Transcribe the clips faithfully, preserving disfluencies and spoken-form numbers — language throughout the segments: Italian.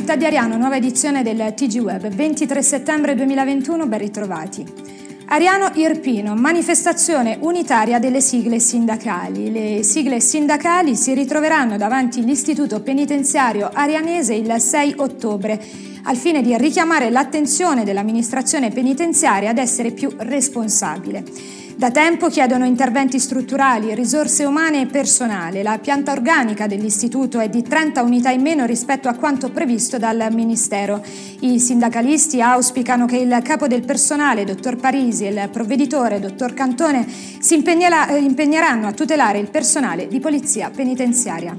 Città di Ariano, nuova edizione del T G Web, ventitré settembre duemilaventuno, ben ritrovati. Ariano Irpino, manifestazione unitaria delle sigle sindacali. Le sigle sindacali si ritroveranno davanti all'istituto penitenziario arianese il sei ottobre, al fine di richiamare l'attenzione dell'amministrazione penitenziaria ad essere più responsabile. Da tempo chiedono interventi strutturali, risorse umane e personale. La pianta organica dell'istituto è di trenta unità in meno rispetto a quanto previsto dal Ministero. I sindacalisti auspicano che il capo del personale, dottor Parisi, e il provveditore, dottor Cantone, si impegneranno a tutelare il personale di polizia penitenziaria.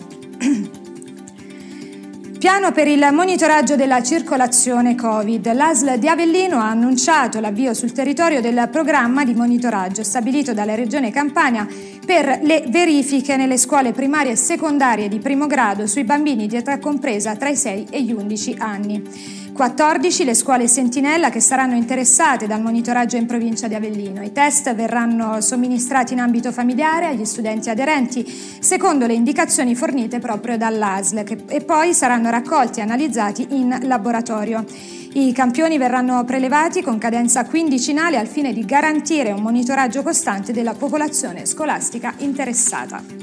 Piano per il monitoraggio della circolazione Covid. L'A S L di Avellino ha annunciato l'avvio sul territorio del programma di monitoraggio stabilito dalla Regione Campania per le verifiche nelle scuole primarie e secondarie di primo grado sui bambini di età compresa tra i sei e gli undici anni. quattordici le scuole sentinella che saranno interessate dal monitoraggio in provincia di Avellino. I test verranno somministrati in ambito familiare agli studenti aderenti secondo le indicazioni fornite proprio dall'A S L che, e poi saranno raccolti e analizzati in laboratorio. I campioni verranno prelevati con cadenza quindicinale al fine di garantire un monitoraggio costante della popolazione scolastica interessata.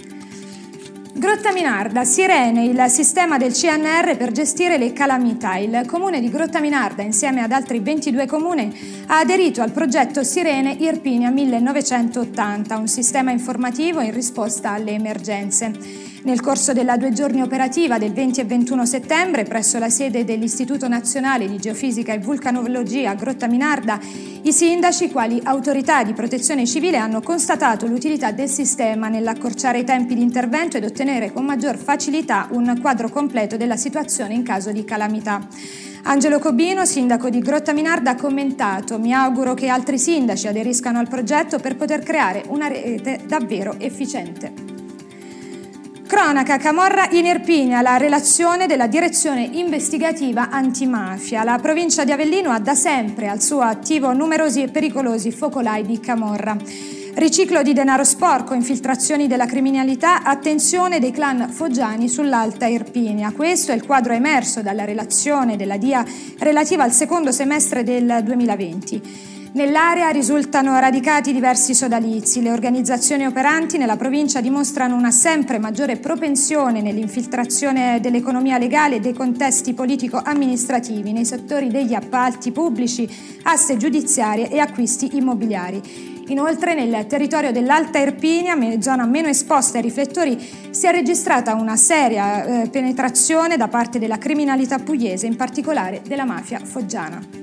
Grottaminarda, sirene, il sistema del C N R per gestire le calamità. Il comune di Grottaminarda, insieme ad altri ventidue comuni, ha aderito al progetto Sirene Irpinia millenovecentottanta, un sistema informativo in risposta alle emergenze. Nel corso della due giorni operativa del venti e ventuno settembre, presso la sede dell'Istituto Nazionale di Geofisica e Vulcanologia a Grottaminarda, i sindaci, quali autorità di protezione civile, hanno constatato l'utilità del sistema nell'accorciare i tempi di intervento ed ottenere con maggior facilità un quadro completo della situazione in caso di calamità. Angelo Cobino, sindaco di Grottaminarda, ha commentato: «Mi auguro che altri sindaci aderiscano al progetto per poter creare una rete davvero efficiente». Cronaca, Camorra in Irpinia, la relazione della direzione investigativa antimafia. La provincia di Avellino ha da sempre al suo attivo numerosi e pericolosi focolai di camorra. Riciclo di denaro sporco, infiltrazioni della criminalità, attenzione dei clan foggiani sull'Alta Irpinia. Questo è il quadro emerso dalla relazione della D I A relativa al secondo semestre del duemilaventi. Nell'area risultano radicati diversi sodalizi. Le organizzazioni operanti nella provincia dimostrano una sempre maggiore propensione nell'infiltrazione dell'economia legale e dei contesti politico-amministrativi nei settori degli appalti pubblici, aste giudiziarie e acquisti immobiliari. Inoltre, nel territorio dell'Alta Irpinia, zona meno esposta ai riflettori, si è registrata una seria eh, penetrazione da parte della criminalità pugliese, in particolare della mafia foggiana.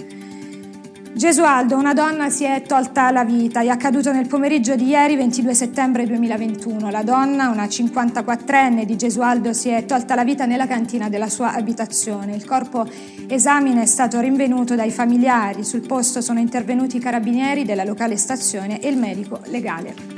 Gesualdo, una donna si è tolta la vita. È accaduto nel pomeriggio di ieri, ventidue settembre duemilaventuno. La donna, una cinquantaquattrenne di Gesualdo, si è tolta la vita nella cantina della sua abitazione. Il corpo esamine è stato rinvenuto dai familiari. Sul posto sono intervenuti i carabinieri della locale stazione e il medico legale.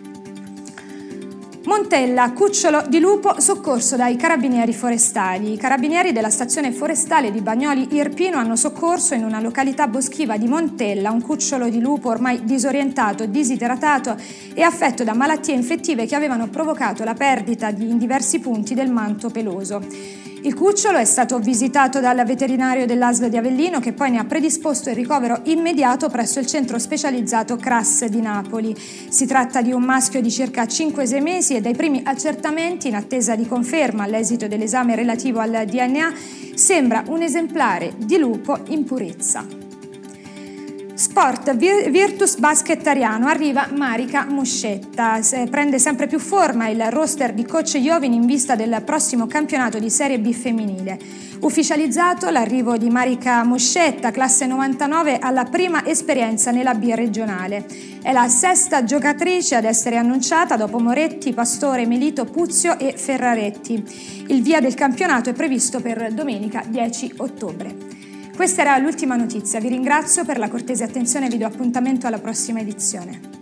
Montella, cucciolo di lupo soccorso dai carabinieri forestali. I carabinieri della stazione forestale di Bagnoli Irpino hanno soccorso in una località boschiva di Montella un cucciolo di lupo ormai disorientato, disidratato e affetto da malattie infettive che avevano provocato la perdita di, in diversi punti del manto peloso. Il cucciolo è stato visitato dal veterinario dell'A S L di Avellino, che poi ne ha predisposto il ricovero immediato presso il centro specializzato Cras di Napoli. Si tratta di un maschio di circa cinque sei mesi e dai primi accertamenti, in attesa di conferma all'esito dell'esame relativo al D N A, sembra un esemplare di lupo in purezza. Sport, Virtus Basket Ariano, arriva Marica Muscetta. Prende sempre più forma il roster di coach Iovine in vista del prossimo campionato di Serie B femminile. Ufficializzato l'arrivo di Marica Muscetta, classe novantanove, alla prima esperienza nella B regionale. È la sesta giocatrice ad essere annunciata dopo Moretti, Pastore, Melito, Puzio e Ferraretti. Il via del campionato è previsto per domenica dieci ottobre. Questa era l'ultima notizia, vi ringrazio per la cortese attenzione e vi do appuntamento alla prossima edizione.